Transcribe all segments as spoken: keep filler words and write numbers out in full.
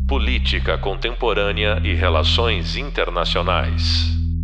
Política contemporânea e relações internacionais.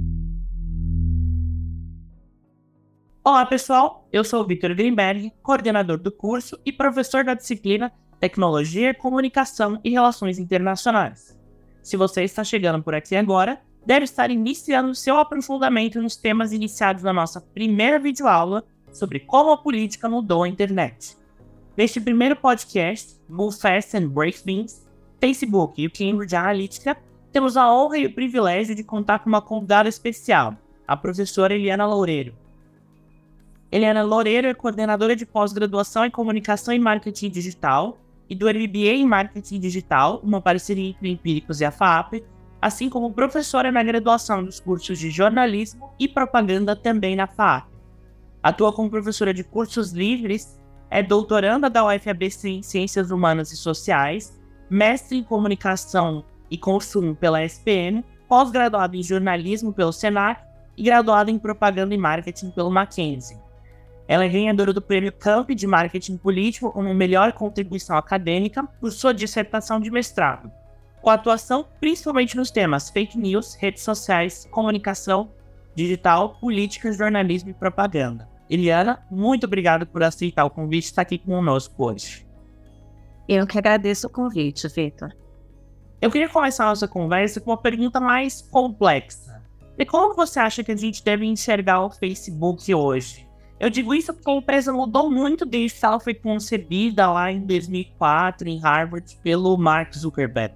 Olá pessoal, eu sou o Vitor Greenberg, coordenador do curso e professor da disciplina Tecnologia, Comunicação e Relações Internacionais. Se você está chegando por aqui agora, deve estar iniciando seu aprofundamento nos temas iniciados na nossa primeira videoaula sobre como a política mudou a internet. Neste primeiro podcast, Move Fast and Break Things, Facebook e o Cambridge Analytica, temos a honra e o privilégio de contar com uma convidada especial, a professora Eliana Loureiro. Eliana Loureiro é coordenadora de pós-graduação em Comunicação e Marketing Digital e do M B A em Marketing Digital, uma parceria entre Empíricos e a FAAP, assim como professora na graduação dos cursos de Jornalismo e Propaganda também na FAAP. Atua como professora de cursos livres, é doutoranda da U F A B C em Ciências Humanas e Sociais, mestre em Comunicação e Consumo pela S P M, pós-graduada em Jornalismo pelo Senac e graduada em Propaganda e Marketing pelo Mackenzie. Ela é ganhadora do Prêmio Camp de Marketing Político como melhor contribuição acadêmica por sua dissertação de mestrado, com atuação principalmente nos temas fake news, redes sociais, comunicação digital, política, jornalismo e propaganda. Eliana, muito obrigado por aceitar o convite e estar aqui conosco hoje. Eu que agradeço o convite, Vitor. Eu queria começar a nossa conversa com uma pergunta mais complexa. E como você acha que a gente deve enxergar o Facebook hoje? Eu digo isso porque a empresa mudou muito desde que ela foi concebida lá em dois mil e quatro, em Harvard, pelo Mark Zuckerberg.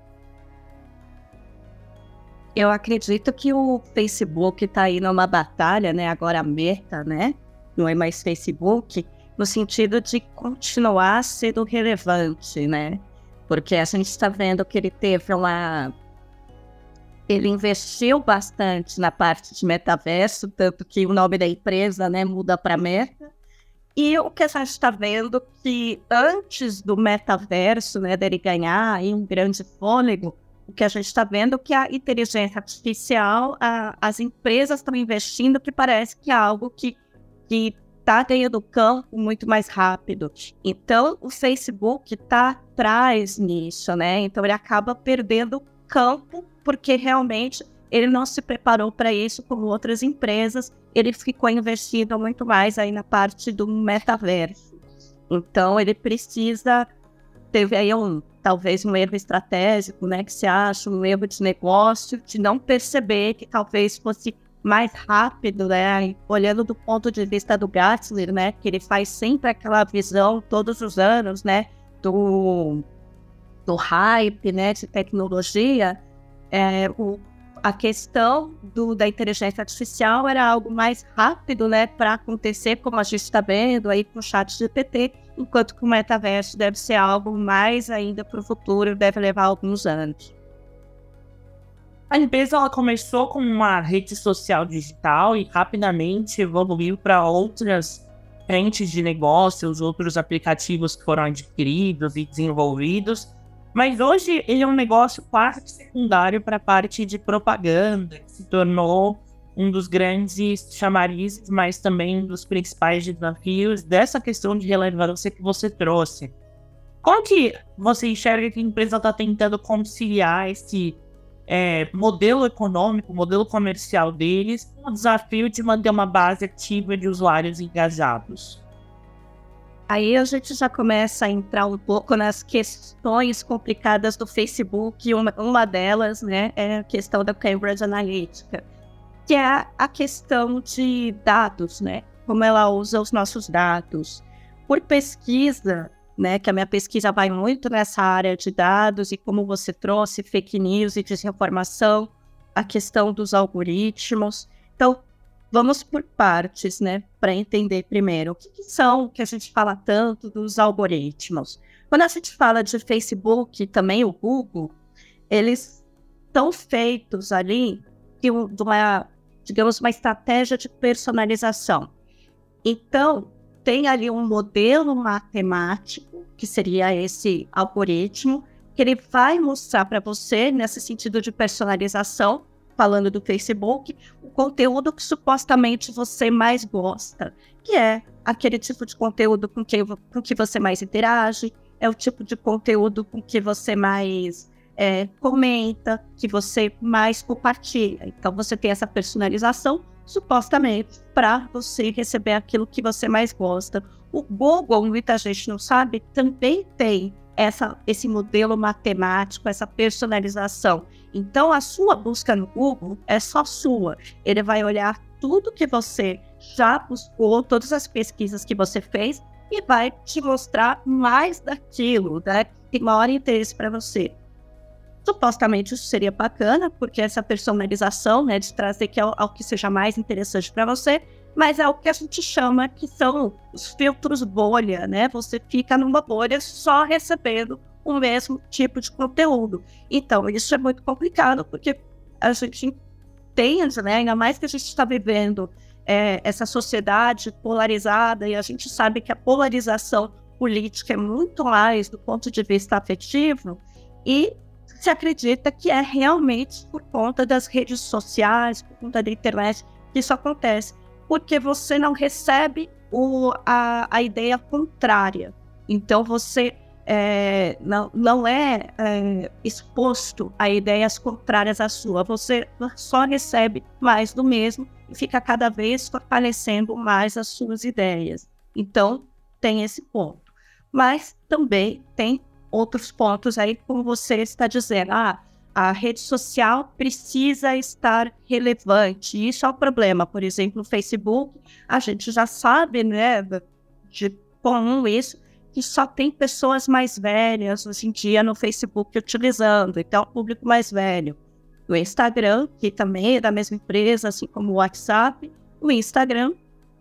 Eu acredito que o Facebook está aí numa batalha, né? Agora a Meta, né? Não é mais Facebook, no sentido de continuar sendo relevante, né? Porque a gente está vendo que ele teve uma... Ele investiu bastante na parte de metaverso, tanto que o nome da empresa, né, muda para Meta. E o que a gente está vendo que antes do metaverso, né, dele ganhar aí um grande fôlego, o que a gente está vendo é que a inteligência artificial, a, as empresas estão investindo, que parece que é algo que que está ganhando campo muito mais rápido. Então, o Facebook está atrás nisso, né? Então, ele acaba perdendo campo porque realmente ele não se preparou para isso como outras empresas. Ele ficou investindo muito mais aí na parte do metaverso. Então, ele precisa... Teve aí um, talvez um erro estratégico, né? Que se acha um erro de negócio, de não perceber que talvez fosse mais rápido, né, olhando do ponto de vista do Gartner, né, que ele faz sempre aquela visão todos os anos, né, do, do hype, né, de tecnologia, é, o, a questão do, da inteligência artificial era algo mais rápido, né, para acontecer, como a gente está vendo aí com o chat G P T, enquanto que o metaverso deve ser algo mais ainda para o futuro, deve levar alguns anos. A empresa ela começou com uma rede social digital e rapidamente evoluiu para outras frentes de negócios, outros aplicativos que foram adquiridos e desenvolvidos. Mas hoje ele é um negócio quase secundário para a parte de propaganda, que se tornou um dos grandes chamarizes, mas também um dos principais desafios dessa questão de relevância que você trouxe. Como que você enxerga que a empresa está tentando conciliar esse É, modelo econômico, modelo comercial deles, com o desafio de manter uma base ativa de usuários engajados? Aí a gente já começa a entrar um pouco nas questões complicadas do Facebook. Uma, uma delas, né, é a questão da Cambridge Analytica, que é a questão de dados, né, como ela usa os nossos dados. Por pesquisa, né, que a minha pesquisa vai muito nessa área de dados e como você trouxe fake news e desinformação, a questão dos algoritmos. Então, vamos por partes, né, para entender primeiro o que, que são que a gente fala tanto dos algoritmos. Quando a gente fala de Facebook e também o Google, eles estão feitos ali de uma, digamos, uma estratégia de personalização. Então, tem ali um modelo matemático, que seria esse algoritmo, que ele vai mostrar para você, nesse sentido de personalização, falando do Facebook, o conteúdo que supostamente você mais gosta, que é aquele tipo de conteúdo com que, com que você mais interage, é o tipo de conteúdo com que você mais é, comenta, que você mais compartilha. Então, você tem essa personalização, supostamente, para você receber aquilo que você mais gosta. O Google, muita gente não sabe, também tem essa, esse modelo matemático, essa personalização. Então, a sua busca no Google é só sua. Ele vai olhar tudo que você já buscou, todas as pesquisas que você fez, e vai te mostrar mais daquilo, né, que tem maior interesse para você. Supostamente isso seria bacana, porque essa personalização, né, de trazer que é algo que seja mais interessante para você, mas é o que a gente chama que são os filtros bolha, né? Você fica numa bolha só recebendo o mesmo tipo de conteúdo. Então, isso é muito complicado, porque a gente entende, né, ainda mais que a gente está vivendo é, essa sociedade polarizada, e a gente sabe que a polarização política é muito mais do ponto de vista afetivo, e se acredita que é realmente por conta das redes sociais, por conta da internet, que isso acontece, porque você não recebe o, a, a ideia contrária. Então, você é, não, não é, é exposto a ideias contrárias à sua, você só recebe mais do mesmo e fica cada vez fortalecendo mais as suas ideias. Então, tem esse ponto. Mas também tem outros pontos aí, como você está dizendo, ah, a rede social precisa estar relevante. Isso é o problema. Por exemplo, no Facebook, a gente já sabe, né, de comum isso, que só tem pessoas mais velhas hoje em dia no Facebook utilizando, então o público mais velho. O Instagram, que também é da mesma empresa, assim como o WhatsApp, o Instagram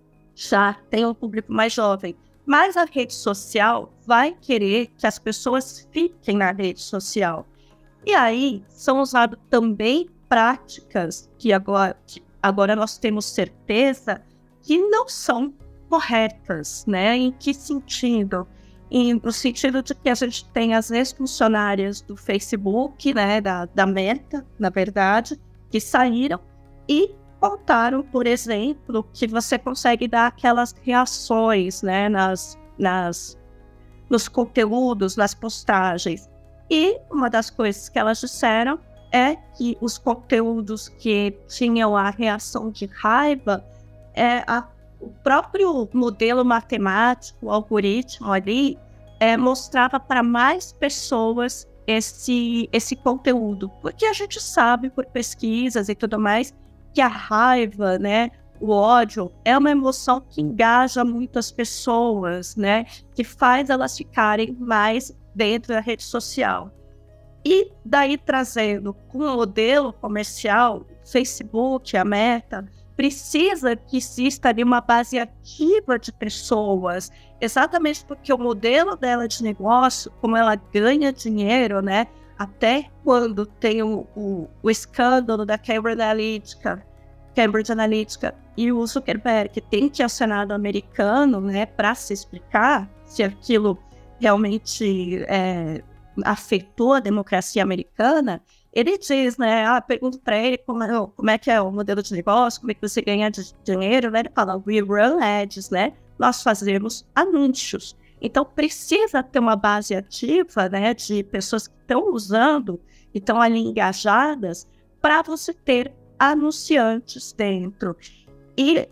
já tem um público mais jovem. Mas a rede social vai querer que as pessoas fiquem na rede social. E aí são usadas também práticas que agora, que agora nós temos certeza que não são corretas, né? Em que sentido? Em, no sentido de que a gente tem as ex-funcionárias do Facebook, né, da, da Meta, na verdade, que saíram e contaram, por exemplo, que você consegue dar aquelas reações, né, nas, nas, nos conteúdos, nas postagens. E uma das coisas que elas disseram é que os conteúdos que tinham a reação de raiva, é, a, o próprio modelo matemático, o algoritmo ali, é, mostrava para mais pessoas esse, esse conteúdo. Porque a gente sabe, por pesquisas e tudo mais, que a raiva, né, o ódio, é uma emoção que engaja muito as pessoas, né, que faz elas ficarem mais dentro da rede social. E daí trazendo com o modelo comercial, Facebook, a Meta, precisa que exista ali uma base ativa de pessoas, exatamente porque o modelo dela de negócio, como ela ganha dinheiro, né, até quando tem o, o, o escândalo da Cambridge Analytica, Cambridge Analytica e o Zuckerberg, que tem que acionar o americano, né, para se explicar se aquilo realmente é, afetou a democracia americana, ele diz, né, ah, pergunto para ele como é, como é que é o modelo de negócio, como é que você ganha de dinheiro, né, ele fala, we run ads, né, nós fazemos anúncios. Então, precisa ter uma base ativa, né, de pessoas que estão usando e estão ali engajadas para você ter anunciantes dentro. E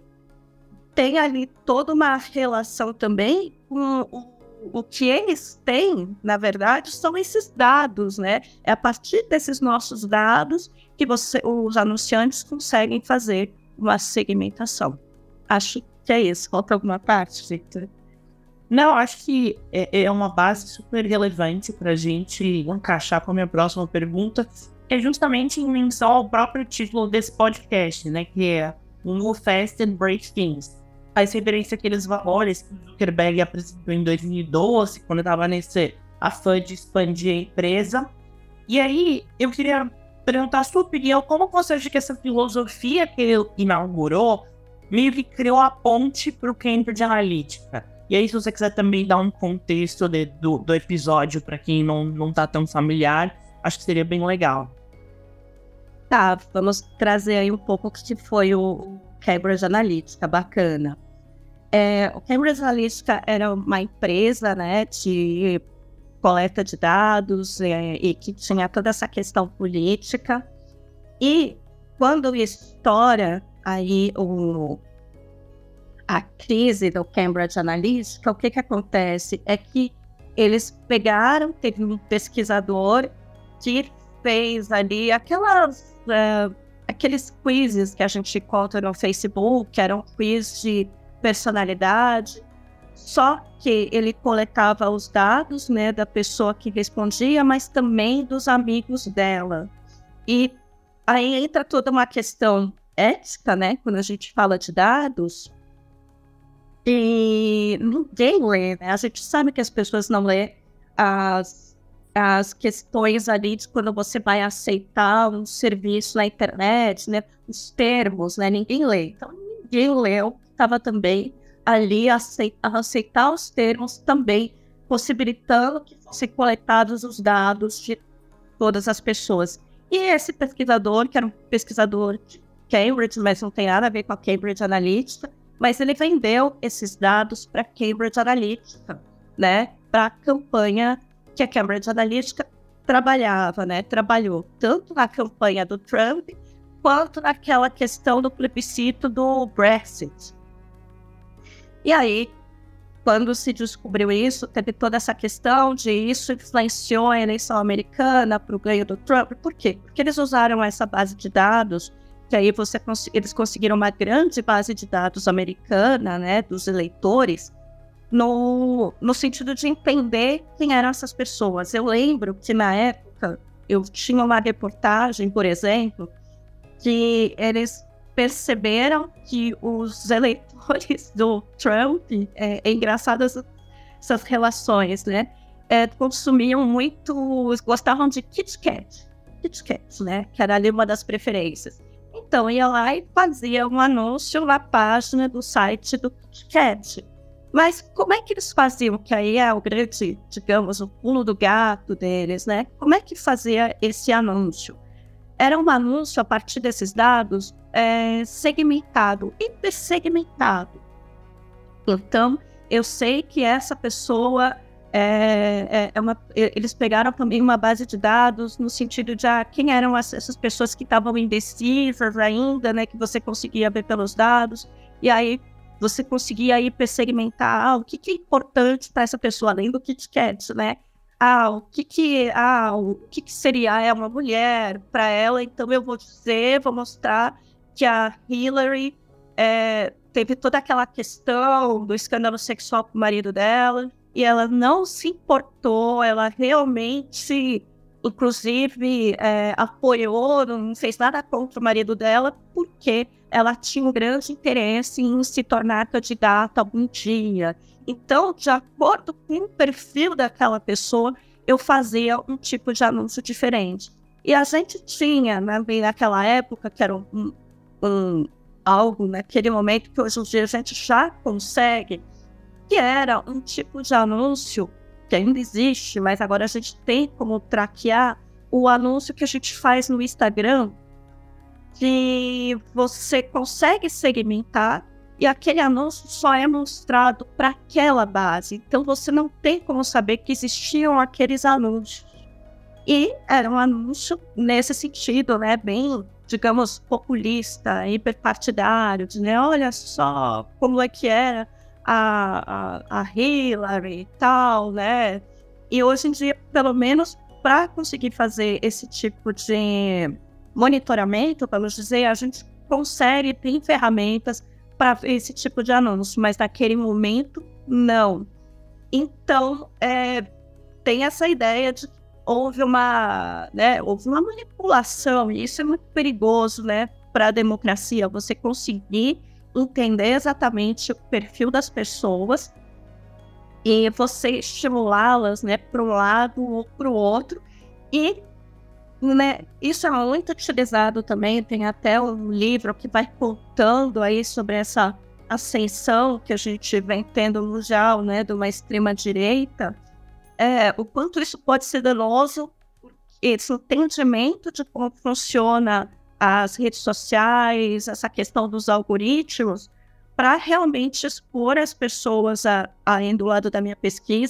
tem ali toda uma relação também com o O que eles têm, na verdade, são esses dados, né? É a partir desses nossos dados que você, os anunciantes conseguem fazer uma segmentação. Acho que é isso. Falta alguma parte, Victor? Não, acho que é, é uma base super relevante para a gente encaixar com a minha próxima pergunta, que é justamente em menção ao próprio título desse podcast, né? Que é Move Fast and Break Things. Faz referência àqueles valores que o Zuckerberg apresentou em dois mil e doze, quando estava nesse afã de expandir a empresa. E aí, eu queria perguntar a sua opinião, como você acha que essa filosofia que ele inaugurou meio que criou a ponte para o Cambridge Analytica? E aí, se você quiser também dar um contexto de, do, do episódio para quem não, não tá tão familiar, acho que seria bem legal. Tá, vamos trazer aí um pouco o que foi o Cambridge Analytica, bacana. É, o Cambridge Analytica era uma empresa, né, de coleta de dados é, e que tinha toda essa questão política. E quando estoura aí o, a crise do Cambridge Analytica, o que, que acontece? É que eles pegaram, teve um pesquisador que fez ali aquelas, uh, aqueles quizzes que a gente encontra no Facebook, que eram quiz de personalidade, só que ele coletava os dados, né, da pessoa que respondia, mas também dos amigos dela. E aí entra toda uma questão ética, né, quando a gente fala de dados, e ninguém lê, né? A gente sabe que as pessoas não lê as, as questões ali de quando você vai aceitar um serviço na internet, né, os termos, né, ninguém lê. Então, ninguém leu, estava também ali a aceitar, aceitar os termos também, possibilitando que fossem coletados os dados de todas as pessoas. E esse pesquisador, que era um pesquisador de Cambridge, mas não tem nada a ver com a Cambridge Analytica, mas ele vendeu esses dados para a Cambridge Analytica, né, para a campanha que a Cambridge Analytica trabalhava, né, trabalhou tanto na campanha do Trump, quanto naquela questão do plebiscito do Brexit. E aí, quando se descobriu isso, teve toda essa questão de isso influenciou a eleição americana para o ganho do Trump. Por quê? Porque eles usaram essa base de dados, que aí você, eles conseguiram uma grande base de dados americana, né, dos eleitores, no, no sentido de entender quem eram essas pessoas. Eu lembro que, na época, eu tinha uma reportagem, por exemplo, que eles perceberam que os eleitores do Trump, é, é engraçado essas, essas relações, né? É, consumiam muito, gostavam de Kit Kat, Kit Kat, né? Que era ali uma das preferências. Então, ia lá e fazia um anúncio na página do site do Kit Kat. Mas como é que eles faziam? Que aí é o grande, digamos, o pulo do gato deles, né? Como é que fazia esse anúncio? Era um anúncio a partir desses dados é, segmentado, hipersegmentado. Então, eu sei que essa pessoa, é, é, é uma, eles pegaram também uma base de dados no sentido de ah, quem eram as, essas pessoas que estavam indecisas ainda, né, que você conseguia ver pelos dados, e aí você conseguia hipersegmentar ah, o que, que é importante para essa pessoa, além do Kit Kat, né? Ah, o que que, ah, o que, que seria é uma mulher para ela, então eu vou dizer, vou mostrar que a Hillary é, teve toda aquela questão do escândalo sexual com o marido dela, e ela não se importou, ela realmente, inclusive, é, apoiou, não fez nada contra o marido dela, porque ela tinha um grande interesse em se tornar candidata algum dia. Então, de acordo com o perfil daquela pessoa, eu fazia um tipo de anúncio diferente. E a gente tinha, né, naquela época, que era um, um, algo naquele momento que hoje em dia a gente já consegue, que era um tipo de anúncio que ainda existe, mas agora a gente tem como traquear o anúncio que a gente faz no Instagram, que você consegue segmentar e aquele anúncio só é mostrado para aquela base. Então, você não tem como saber que existiam aqueles anúncios. E era um anúncio nesse sentido, né, bem, digamos, populista, hiperpartidário, de, né, olha só como é que era a, a, a Hillary e tal, né? E hoje em dia, pelo menos, para conseguir fazer esse tipo de monitoramento, vamos dizer, a gente consegue, tem ferramentas para esse tipo de anúncio, mas naquele momento, não. Então, é, tem essa ideia de que houve uma, né, houve uma manipulação, e isso é muito perigoso, né, para a democracia, você conseguir entender exatamente o perfil das pessoas e você estimulá-las, né, para um lado ou para o outro, e né, isso é muito utilizado também, tem até um livro que vai contando aí sobre essa ascensão que a gente vem tendo no mundial, né, de uma extrema-direita, é, o quanto isso pode ser danoso, esse entendimento de como funciona as redes sociais, essa questão dos algoritmos, para realmente expor as pessoas, a, a, do lado da minha pesquisa,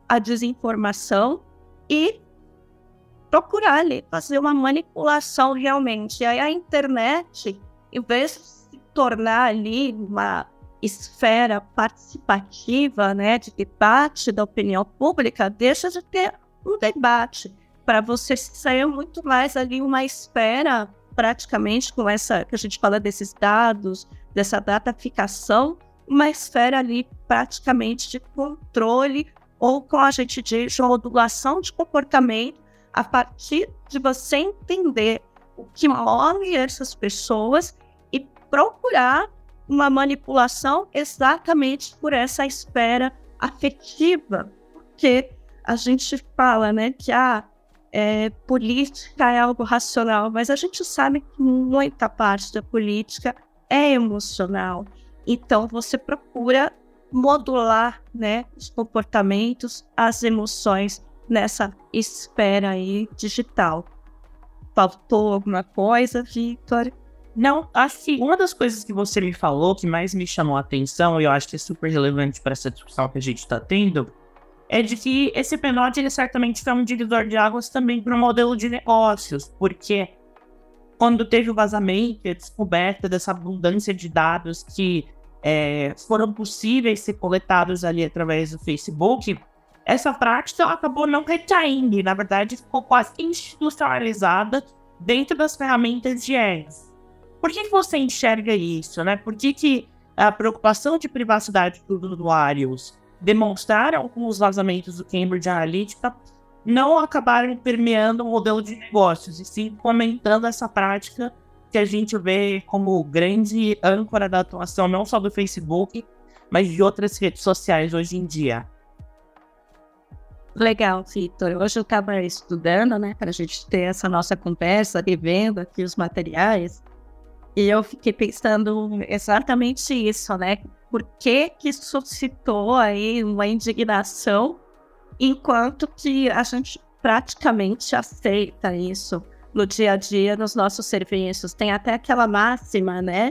a desinformação e procurar ali fazer uma manipulação realmente. E aí a internet, em vez de se tornar ali uma esfera participativa, né, de debate da opinião pública, deixa de ter um debate, para você ser muito mais ali uma esfera, praticamente, com essa, que a gente fala desses dados, dessa dataficação, uma esfera ali praticamente de controle, ou como a gente diz, modulação de comportamento, a partir de você entender o que move essas pessoas e procurar uma manipulação exatamente por essa esfera afetiva, porque a gente fala, né, que a é, política é algo racional, mas a gente sabe que muita parte da política é emocional. Então, você procura modular, né, os comportamentos, as emoções nessa esfera aí digital. Faltou alguma coisa, Victor? Não, acho que uma das coisas que você me falou que mais me chamou a atenção, e eu acho que é super relevante para essa discussão que a gente está tendo, é de que esse P N O D, ele certamente foi um divisor de águas também para o modelo de negócios, porque quando teve o vazamento e a descoberta dessa abundância de dados que é, foram possíveis ser coletados ali através do Facebook, essa prática acabou não recaindo, na verdade ficou quase institucionalizada dentro das ferramentas de ads. Por que você enxerga isso, né? Por que, que a preocupação de privacidade dos usuários demonstraram com os vazamentos do Cambridge Analytica não acabaram permeando o modelo de negócios, e sim fomentando essa prática que a gente vê como grande âncora da atuação não só do Facebook, mas de outras redes sociais hoje em dia? Legal, Victor. Hoje eu estava estudando, né, para a gente ter essa nossa conversa, revendo aqui os materiais, e eu fiquei pensando exatamente isso, né? Por que que suscitou aí uma indignação, enquanto que a gente praticamente aceita isso no dia a dia, nos nossos serviços. Tem até aquela máxima, né,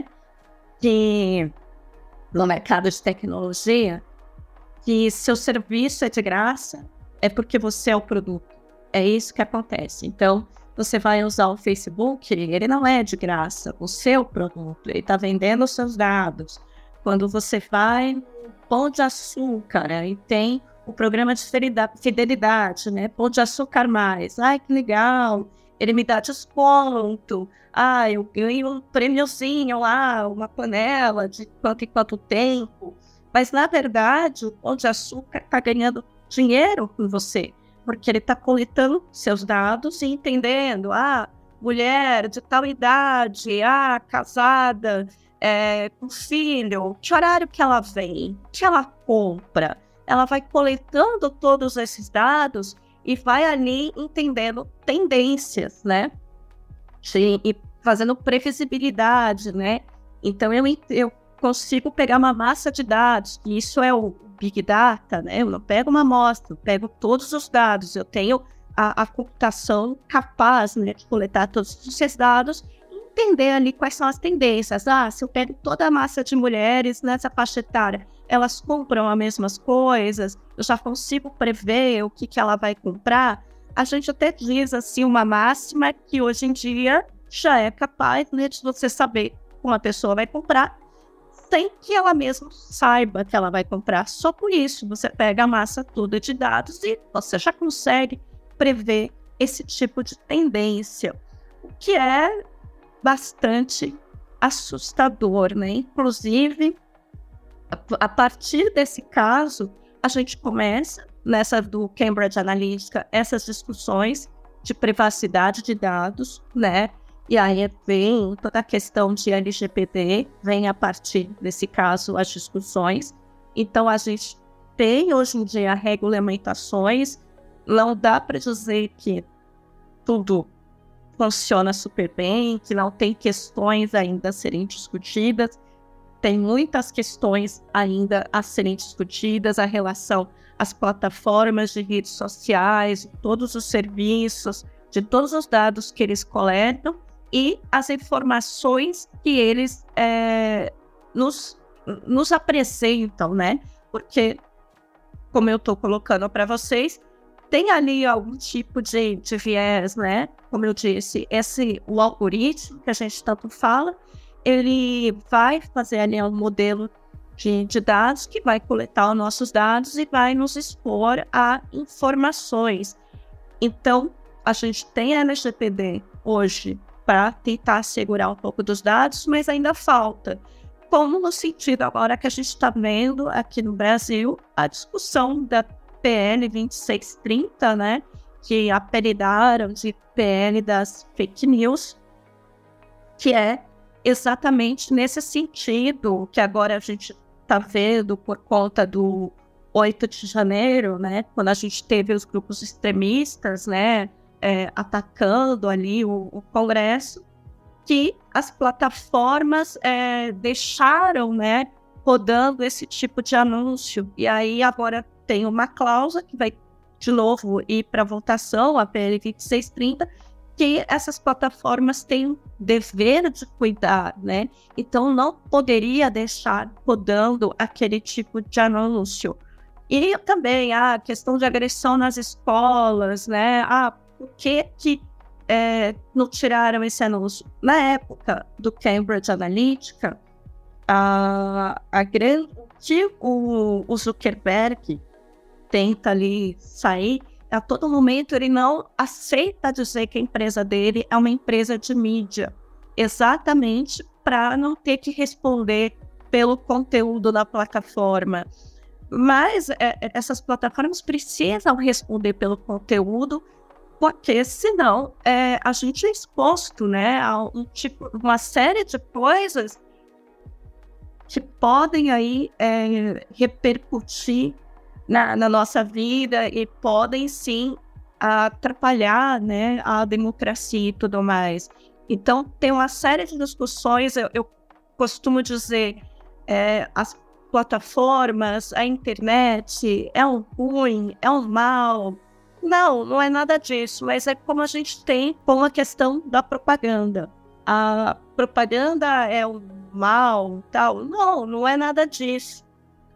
que no mercado de tecnologia, que se o serviço é de graça, é porque você é o produto. É isso que acontece. Então, você vai usar o Facebook, ele não é de graça, o seu produto, ele está vendendo os seus dados. Quando você vai no Pão de Açúcar, aí tem o programa de fidelidade, né? Pão de Açúcar mais. Ai, que legal, ele me dá desconto. Ah, eu ganho um prêmiozinho lá, uma panela de quanto em quanto tempo. Mas, na verdade, o Pão de Açúcar está ganhando dinheiro com você, porque ele está coletando seus dados e entendendo, ah, mulher de tal idade, ah, casada, é, com filho, que horário que ela vem, que ela compra. Ela vai coletando todos esses dados e vai ali entendendo tendências, né? Sim, e fazendo previsibilidade, né? Então, eu, eu consigo pegar uma massa de dados, e isso é o Big Data, né? Eu não pego uma amostra, eu pego todos os dados, eu tenho a, a computação capaz, né, de coletar todos esses dados e entender ali quais são as tendências. Ah, se eu pego toda a massa de mulheres nessa faixa etária, elas compram as mesmas coisas, eu já consigo prever o que, que ela vai comprar. A gente até diz assim uma máxima que hoje em dia já é capaz, né, de você saber como a pessoa vai comprar, sem que ela mesma saiba que ela vai comprar. Só por isso, você pega a massa toda de dados e você já consegue prever esse tipo de tendência, o que é bastante assustador, né? Inclusive, a partir desse caso, a gente começa, nessa do Cambridge Analytica, essas discussões de privacidade de dados, né? E aí vem toda a questão de L G P D, vem a partir desse caso as discussões. Então, a gente tem hoje em dia regulamentações, não dá para dizer que tudo funciona super bem, que não tem questões ainda a serem discutidas. Tem muitas questões ainda a serem discutidas, a relação às plataformas de redes sociais, de todos os serviços, de todos os dados que eles coletam, e as informações que eles é, nos, nos apresentam, né? Porque como eu estou colocando para vocês, tem ali algum tipo de, de viés, né? Como eu disse, esse, o algoritmo que a gente tanto fala, ele vai fazer ali um modelo de, de dados que vai coletar os nossos dados e vai nos expor a informações. Então, a gente tem a L G P D hoje para tentar segurar um pouco dos dados, mas ainda falta. Como no sentido agora que a gente está vendo aqui no Brasil, a discussão da P L vinte e seis trinta, né, que apelidaram de P L das fake news, que é exatamente nesse sentido que agora a gente está vendo por conta do oito de janeiro, né, quando a gente teve os grupos extremistas, né, é, atacando ali o, o Congresso, que as plataformas é, deixaram, né, rodando esse tipo de anúncio. E aí agora tem uma cláusula que vai, de novo, ir para votação, a P L vinte e seis trinta, que essas plataformas têm o dever de cuidar, né? Então, não poderia deixar rodando aquele tipo de anúncio. E também a questão de agressão nas escolas, né? Ah, por que que é, não tiraram esse anúncio? Na época do Cambridge Analytica, a, a grande, o, o Zuckerberg tenta ali sair, a todo momento ele não aceita dizer que a empresa dele é uma empresa de mídia, exatamente para não ter que responder pelo conteúdo da plataforma. Mas é, essas plataformas precisam responder pelo conteúdo, porque senão é, a gente é exposto, né, a um tipo, uma série de coisas que podem aí é, repercutir Na, na nossa vida e podem sim atrapalhar, né, a democracia e tudo mais. Então tem uma série de discussões, eu, eu costumo dizer, é, as plataformas, a internet é um ruim, é um mal. Não, não é nada disso, mas é como a gente tem com a questão da propaganda. A propaganda é o mal, tal. Não, não é nada disso.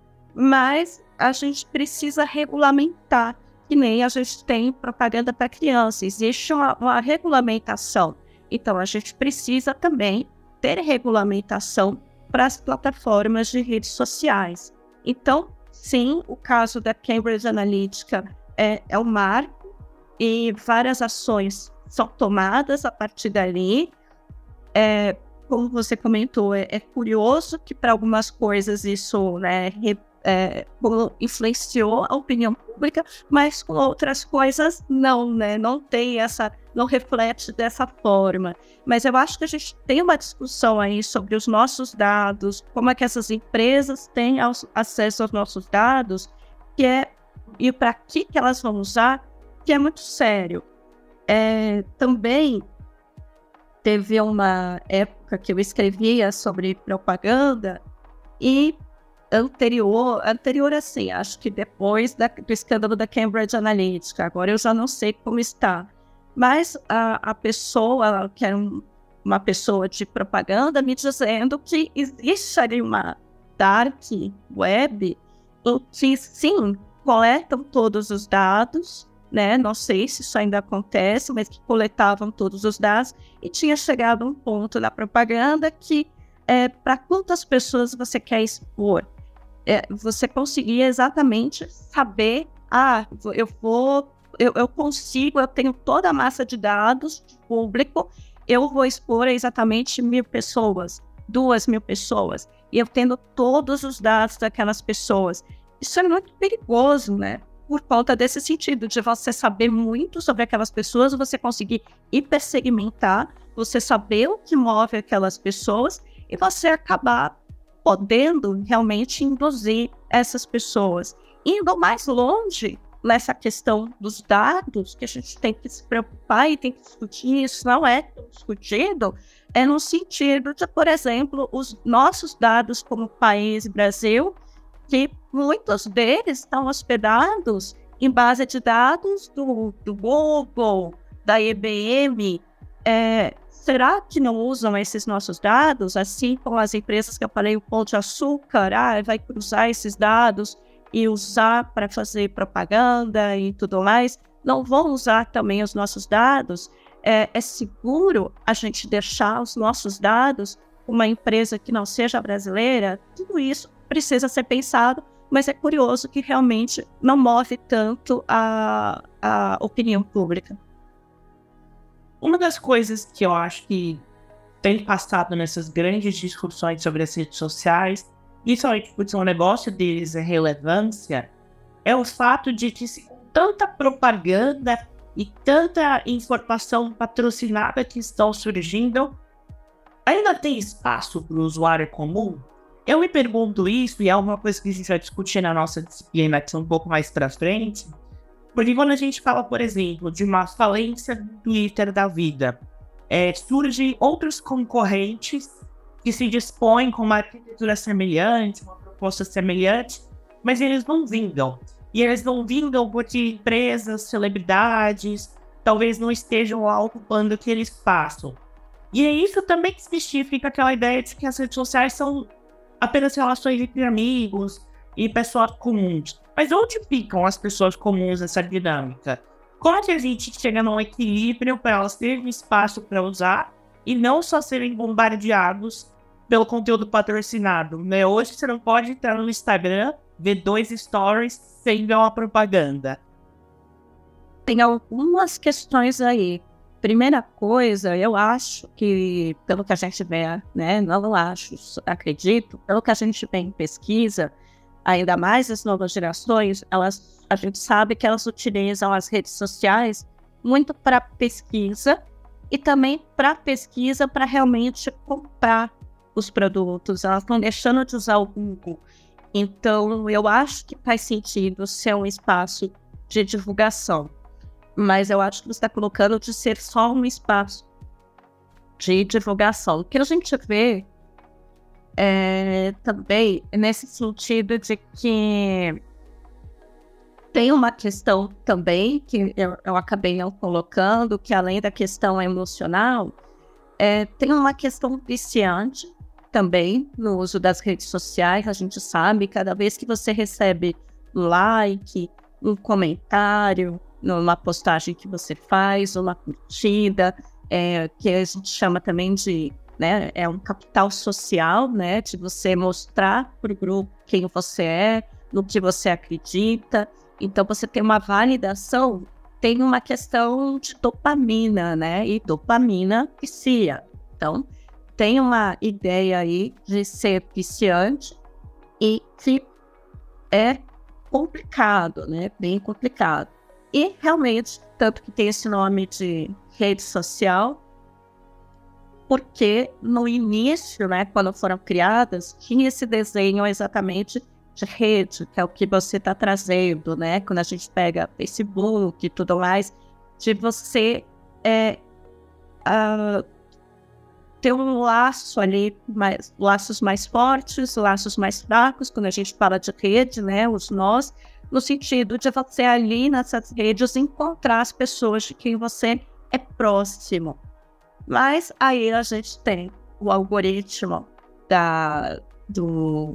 Mas a gente precisa regulamentar, que nem a gente tem propaganda para criança, existe uma, uma regulamentação. Então, a gente precisa também ter regulamentação para as plataformas de redes sociais. Então, sim, o caso da Cambridge Analytica é, é um marco e várias ações são tomadas a partir dali. É, como você comentou, é, é curioso que para algumas coisas isso, né, É, influenciou a opinião pública, mas com outras coisas não, né? Não tem essa, não reflete dessa forma. Mas eu acho que a gente tem uma discussão aí sobre os nossos dados, como é que essas empresas têm aos, acesso aos nossos dados, que é, e para que, que elas vão usar, que é muito sério. É, também teve uma época que eu escrevia sobre propaganda e anterior, anterior assim, acho que depois da, do escândalo da Cambridge Analytica, agora eu já não sei como está, mas a, a pessoa, que era um, uma pessoa de propaganda, me dizendo que existe ali uma dark web em que, sim, coletam todos os dados, né? Não sei se isso ainda acontece, mas que coletavam todos os dados e tinha chegado a um ponto na propaganda que é, para quantas pessoas você quer expor? É, você conseguia exatamente saber, ah, eu vou, eu, eu consigo, eu tenho toda a massa de dados público, eu vou expor exatamente mil pessoas, duas mil pessoas, e eu tendo todos os dados daquelas pessoas. Isso é muito perigoso, né? Por conta desse sentido, de você saber muito sobre aquelas pessoas, você conseguir hipersegmentar, você saber o que move aquelas pessoas, e você acabar podendo realmente induzir essas pessoas. Indo mais longe nessa questão dos dados, que a gente tem que se preocupar e tem que discutir, isso não é discutido, é no sentido de, por exemplo, os nossos dados como país Brasil, que muitos deles estão hospedados em base de dados do, do Google, da I B M. É, será que não usam esses nossos dados, assim como as empresas que eu falei, o Pão de Açúcar, ah, vai cruzar esses dados e usar para fazer propaganda e tudo mais, não vão usar também os nossos dados. É, é seguro a gente deixar os nossos dados com uma empresa que não seja brasileira? Tudo isso precisa ser pensado, mas é curioso que realmente não move tanto a, a opinião pública. Uma das coisas que eu acho que tem passado nessas grandes discussões sobre as redes sociais, principalmente porque o negócio deles é relevância, é o fato de que se, com tanta propaganda e tanta informação patrocinada que estão surgindo, ainda tem espaço para o usuário comum? Eu me pergunto isso, e é uma coisa que a gente vai discutir na nossa disciplina aqui um pouco mais para frente, porque quando a gente fala, por exemplo, de uma falência do Twitter da vida, é, surgem outros concorrentes que se dispõem com uma arquitetura semelhante, uma proposta semelhante, mas eles não vingam. E eles não vingam porque empresas, celebridades, talvez não estejam lá ocupando aquele espaço. E é isso também que justifica aquela ideia de que as redes sociais são apenas relações entre amigos e pessoas comuns. Mas onde ficam as pessoas comuns nessa dinâmica? Como que a gente chega num equilíbrio para elas terem espaço para usar e não só serem bombardeados pelo conteúdo patrocinado, né? Hoje você não pode entrar no Instagram, ver dois stories sem ver uma propaganda. Tem algumas questões aí. Primeira coisa, eu acho que, pelo que a gente vê, né, não acho, acredito, pelo que a gente vê em pesquisa, ainda mais as novas gerações, elas, a gente sabe que elas utilizam as redes sociais muito para pesquisa e também para pesquisa para realmente comprar os produtos. Elas estão deixando de usar o Google. Então, eu acho que faz sentido ser um espaço de divulgação. Mas eu acho que você está colocando de ser só um espaço de divulgação. O que a gente vê é, também nesse sentido de que tem uma questão também que eu, eu acabei não colocando, que além da questão emocional, é, tem uma questão viciante também no uso das redes sociais. A gente sabe, cada vez que você recebe um like, um comentário, numa postagem que você faz, uma curtida, é, que a gente chama também de, né, é um capital social, né, de você mostrar para o grupo quem você é, no que você acredita. Então, você tem uma validação, tem uma questão de dopamina, né, e dopamina vicia. Então, tem uma ideia aí de ser viciante e que é complicado, né, bem complicado. E realmente, tanto que tem esse nome de rede social, porque no início, né, quando foram criadas, tinha esse desenho exatamente de rede, que é o que você está trazendo, né? Quando a gente pega Facebook e tudo mais, de você é, uh, ter um laço ali, mais, laços mais fortes, laços mais fracos, quando a gente fala de rede, né, os nós, no sentido de você ali nessas redes encontrar as pessoas de quem você é próximo. Mas aí a gente tem o algoritmo da, do,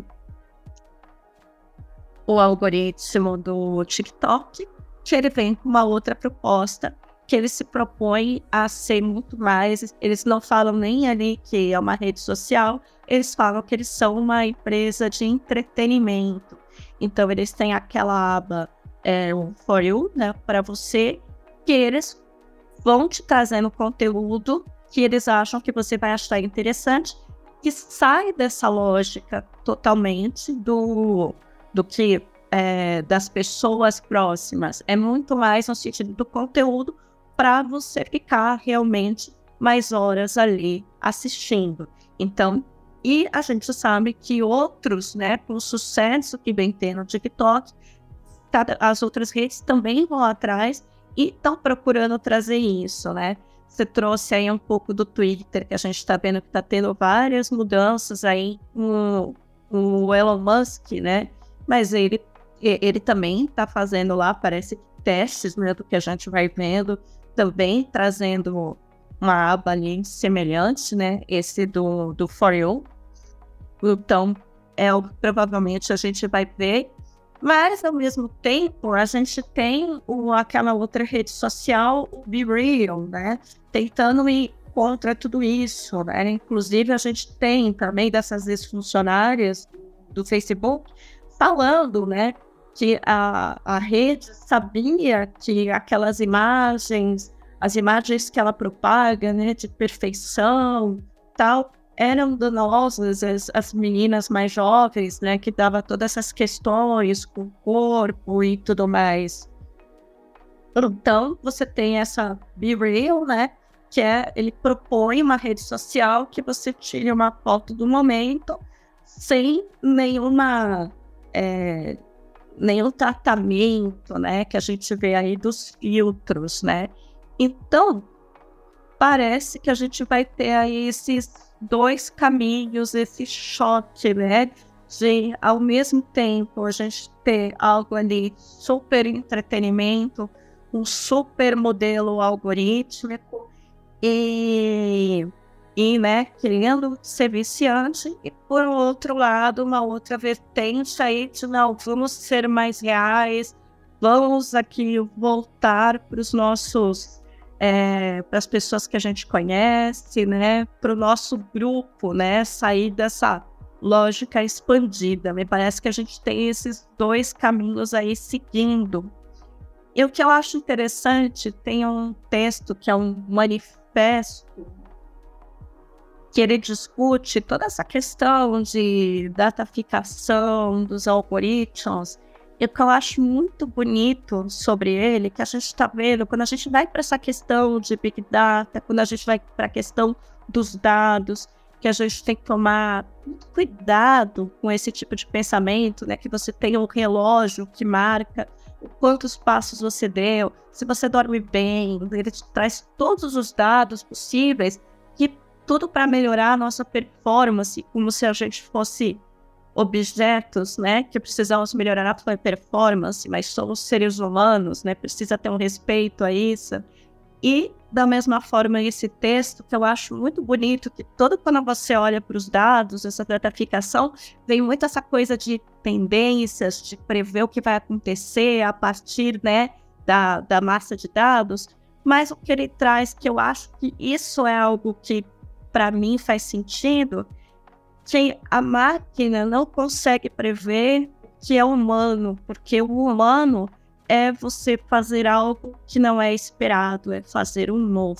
o algoritmo do TikTok, que ele vem com uma outra proposta, que ele se propõe a ser muito mais, eles não falam nem ali que é uma rede social, eles falam que eles são uma empresa de entretenimento. Então, eles têm aquela aba, é, o For You, né, para você, que eles vão te trazendo conteúdo que eles acham que você vai achar interessante, que sai dessa lógica totalmente do, do que é, das pessoas próximas. É muito mais no sentido do conteúdo para você ficar realmente mais horas ali assistindo. Então, e a gente sabe que outros, né, com o sucesso que vem tendo no TikTok, as outras redes também vão atrás e estão procurando trazer isso, né? Você trouxe aí um pouco do Twitter, que a gente está vendo que está tendo várias mudanças aí no, no Elon Musk, né? Mas ele, ele também está fazendo lá, parece, testes, né, do que a gente vai vendo, também trazendo uma aba ali semelhante, né? Esse do, do For You. Então, é o que provavelmente a gente vai ver, Mas, ao mesmo tempo, a gente tem o, aquela outra rede social, o Be Real, né? Tentando ir contra tudo isso, né? Inclusive, a gente tem também dessas ex-funcionárias do Facebook falando, né? Que a, a rede sabia que aquelas imagens, as imagens que ela propaga, né? De perfeição, tal, eram danosas, as, as meninas mais jovens, né, que dava todas essas questões com o corpo e tudo mais. Então, você tem essa Be Real, né, que é, ele propõe uma rede social que você tire uma foto do momento sem nenhuma, é, nenhum tratamento, né, que a gente vê aí dos filtros, né. Então, parece que a gente vai ter aí esses dois caminhos, esse choque, né? De, ao mesmo tempo, a gente ter algo ali, super entretenimento, um super modelo algorítmico e, e né, querendo ser viciante, e por outro lado, uma outra vertente aí de, não, vamos ser mais reais, vamos aqui voltar para os nossos... É, para as pessoas que a gente conhece, né, para o nosso grupo, né, sair dessa lógica expandida. Me parece que a gente tem esses dois caminhos aí seguindo. E o que eu acho interessante, tem um texto que é um manifesto que ele discute toda essa questão de dataficação dos algoritmos. E o que eu acho muito bonito sobre ele, que a gente está vendo, quando a gente vai para essa questão de Big Data, quando a gente vai para a questão dos dados, que a gente tem que tomar muito cuidado com esse tipo de pensamento, né? Que você tem um relógio que marca quantos passos você deu, se você dorme bem, ele te traz todos os dados possíveis, que tudo para melhorar a nossa performance, como se a gente fosse objetos, né, que precisamos melhorar a sua performance, mas somos seres humanos, né, precisa ter um respeito a isso. E, da mesma forma, esse texto, que eu acho muito bonito, que todo quando você olha para os dados, essa dataficação, vem muito essa coisa de tendências, de prever o que vai acontecer a partir, né, da, da massa de dados, mas o que ele traz, que eu acho que isso é algo que, para mim, faz sentido, que a máquina não consegue prever o que é humano, porque o humano é você fazer algo que não é esperado, é fazer um novo.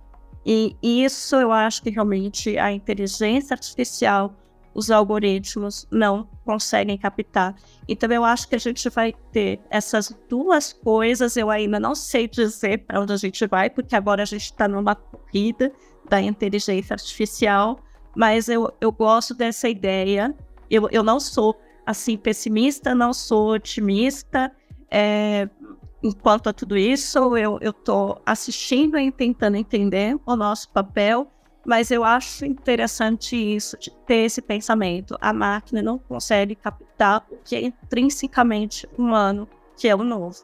E isso eu acho que realmente a inteligência artificial, os algoritmos não conseguem captar. Então eu acho que a gente vai ter essas duas coisas, eu ainda não sei dizer para onde a gente vai, porque agora a gente está numa corrida da inteligência artificial, mas eu, eu gosto dessa ideia. Eu, eu não sou, assim, pessimista, não sou otimista. É, enquanto a tudo isso, eu estou assistindo e tentando entender o nosso papel, mas eu acho interessante isso, de ter esse pensamento. A máquina não consegue captar o que é intrinsecamente humano, que é o novo.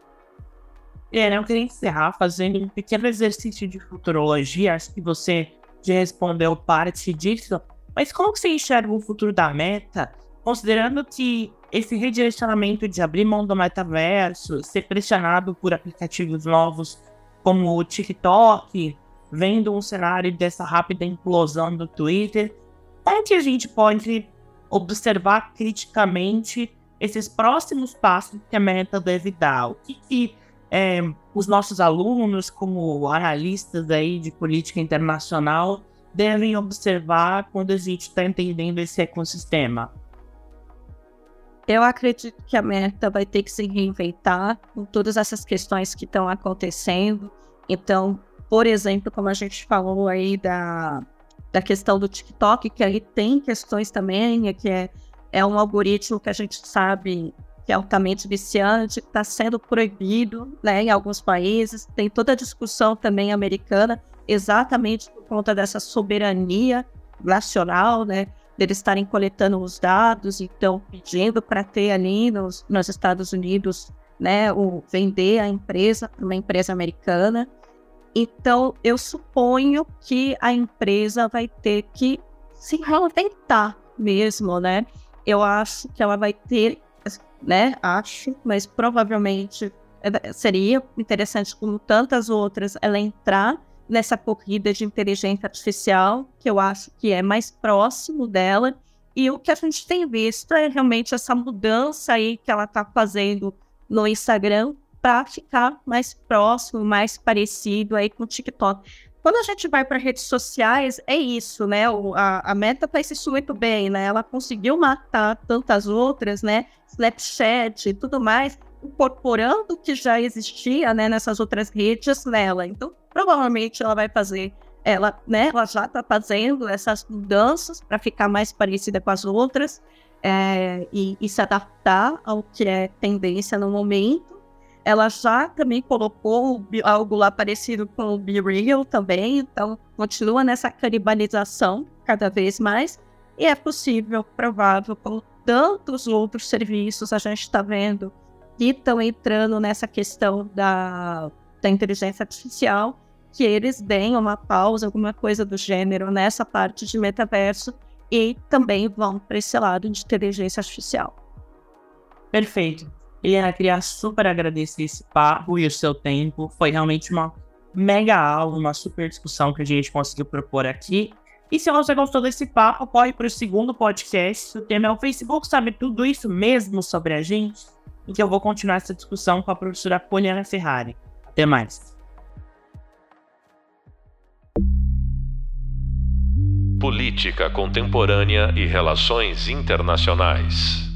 É, né, eu queria encerrar fazendo um pequeno exercício de futurologia. Acho que você já respondeu parte disso, mas como que você enxerga o futuro da Meta, considerando que esse redirecionamento de abrir mão do metaverso, ser pressionado por aplicativos novos como o TikTok, vendo um cenário dessa rápida implosão do Twitter, como que a gente pode observar criticamente esses próximos passos que a Meta deve dar? O que, que é, os nossos alunos, como analistas aí de política internacional, devem observar quando a gente está entendendo esse ecossistema? Eu acredito que a Meta vai ter que se reinventar com todas essas questões que estão acontecendo. Então, por exemplo, como a gente falou aí da, da questão do TikTok, que aí tem questões também, que é, é um algoritmo que a gente sabe que é altamente viciante, está sendo proibido, né, em alguns países. Tem toda a discussão também americana, exatamente por conta dessa soberania nacional, né, deles estarem coletando os dados, então pedindo para ter ali nos, nos Estados Unidos, né, o vender a empresa para uma empresa americana. Então, eu suponho que a empresa vai ter que se reinventar mesmo, né? Eu acho que ela vai ter né? Acho, mas provavelmente seria interessante, como tantas outras, ela entrar nessa corrida de inteligência artificial, que eu acho que é mais próximo dela. E o que a gente tem visto é realmente essa mudança aí que ela está fazendo no Instagram para ficar mais próximo, mais parecido aí com o TikTok. Quando a gente vai para redes sociais, é isso, né? O, a, a Meta faz isso muito bem, né? Ela conseguiu matar tantas outras, né? Snapchat e tudo mais, incorporando o que já existia, né, nessas outras redes nela. Então, provavelmente ela vai fazer, ela, né, ela já está fazendo essas mudanças para ficar mais parecida com as outras é, e, e se adaptar ao que é tendência no momento. Ela já também colocou algo lá parecido com o BeReal também, então continua nessa canibalização cada vez mais, e é possível, provável, com tantos outros serviços a gente está vendo que estão entrando nessa questão da, da inteligência artificial, que eles deem uma pausa, alguma coisa do gênero nessa parte de metaverso e também vão para esse lado de inteligência artificial. Perfeito. Eliana, queria super agradecer esse papo e o seu tempo. Foi realmente uma mega aula, uma super discussão que a gente conseguiu propor aqui. E se você gostou desse papo, corre para o segundo podcast. O tema é: o Facebook sabe tudo isso mesmo sobre a gente? E que eu vou continuar essa discussão com a professora Poliana Ferrari. Até mais. Política contemporânea e relações internacionais.